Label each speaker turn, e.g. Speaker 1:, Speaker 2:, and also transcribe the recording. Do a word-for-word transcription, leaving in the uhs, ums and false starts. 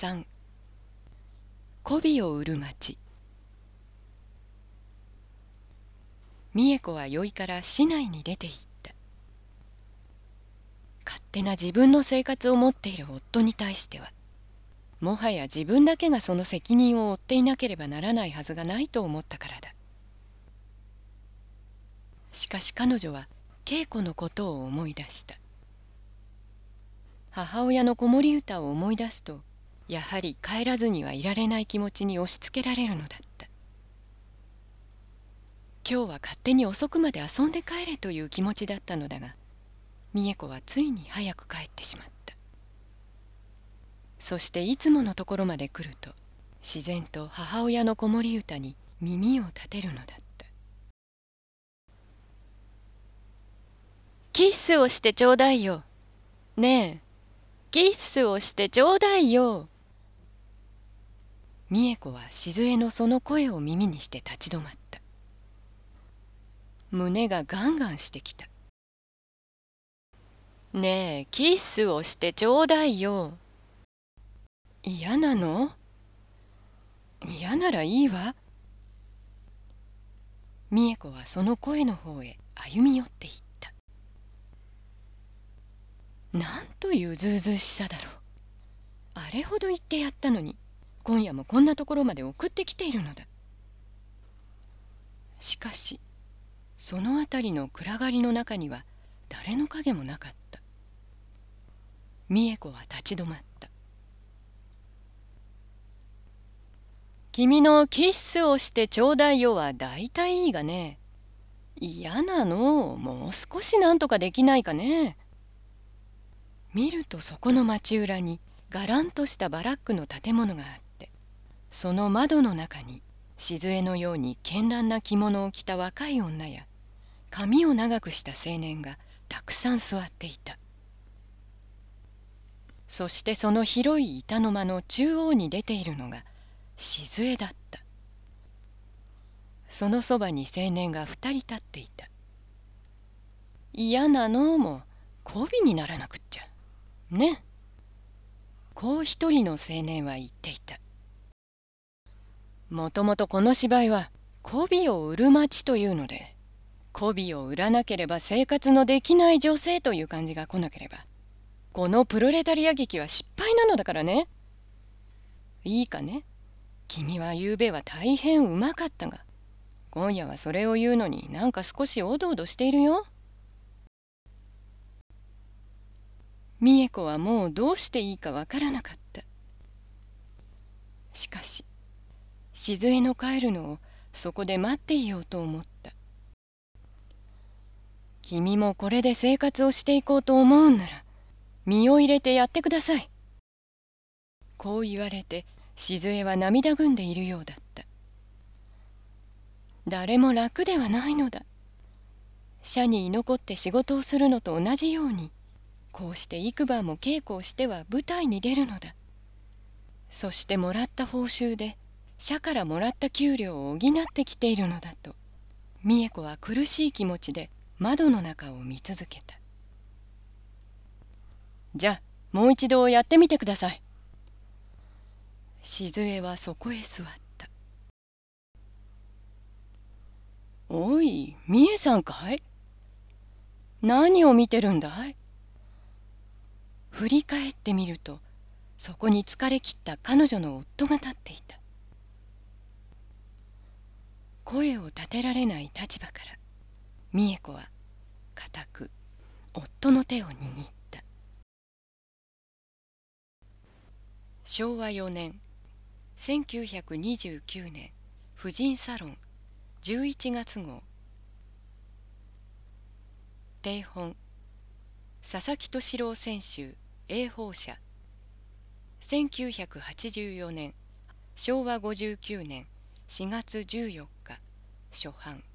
Speaker 1: さん、媚びを売る町。美恵子は宵から市内に出て行った。勝手な自分の生活を持っている夫に対しては、もはや自分だけがその責任を負っていなければならないはずがないと思ったからだ。しかし彼女は恵子のことを思い出した。母親の子守歌を思い出すと、やはり帰らずにはいられない気持ちに押しつけられるのだった。今日は勝手に遅くまで遊んで帰れという気持ちだったのだが、美恵子はついに早く帰ってしまった。そしていつものところまで来ると、自然と母親の子守歌に耳を立てるのだった。キッスをしてちょうだいよ。ねえ、キッスをしてちょうだいよ。美恵子は静江のその声を耳にして立ち止まった。胸がガンガンしてきた。ねえ、キッスをしてちょうだいよ。嫌なの？嫌ならいいわ。美恵子はその声の方へ歩み寄っていった。なんというずうずうしさだろう。あれほど言ってやったのに、今夜もこんなところまで送ってきているのだ。しかしそのあたりの暗がりの中には誰の影もなかった。美恵子は立ち止まった。君のキッスをしてちょうだいよはだいたいいいがね。嫌なの？もう少しなんとかできないかね。見るとそこの町裏にがらんとしたバラックの建物があって、その窓の中に静江のように絢爛な着物を着た若い女や髪を長くした青年がたくさん座っていた。そしてその広い板の間の中央に出ているのが静江だった。そのそばに青年が二人立っていた。嫌なのも媚びにならなくっちゃね。こう一人の青年は言っていた。もともとこの芝居は媚びを売る町というので、媚びを売らなければ生活のできない女性という感じが来なければ、このプロレタリア劇は失敗なのだからね。いいかね。君はゆうべは大変うまかったが、今夜はそれを言うのになんか少しおどおどしているよ。美恵子はもうどうしていいかわからなかった。しかし静江の帰るのをそこで待っていようと思った。君もこれで生活をしていこうと思うんなら身を入れてやってください。こう言われて静江は涙ぐんでいるようだった。誰も楽ではないのだ。社に居残って仕事をするのと同じように、こうして幾晩も稽古をしては舞台に出るのだ。そしてもらった報酬で社からもらった給料を補ってきているのだと、美恵子は苦しい気持ちで窓の中を見続けた。じゃあもう一度やってみてください。静江はそこへ座った。おい、美恵さんかい？何を見てるんだい？振り返ってみると、そこに疲れ切った彼女の夫が立っていた。声を立てられない立場から美恵子は固く夫の手を握った。しょうわよねんせんきゅうひゃくにじゅうきゅうねん婦人サロンじゅういちがつごう。定本佐々木俊郎選集英報社せんきゅうひゃくはちじゅうよねんしょうわごじゅうきゅうねんしがつじゅうよっか初版。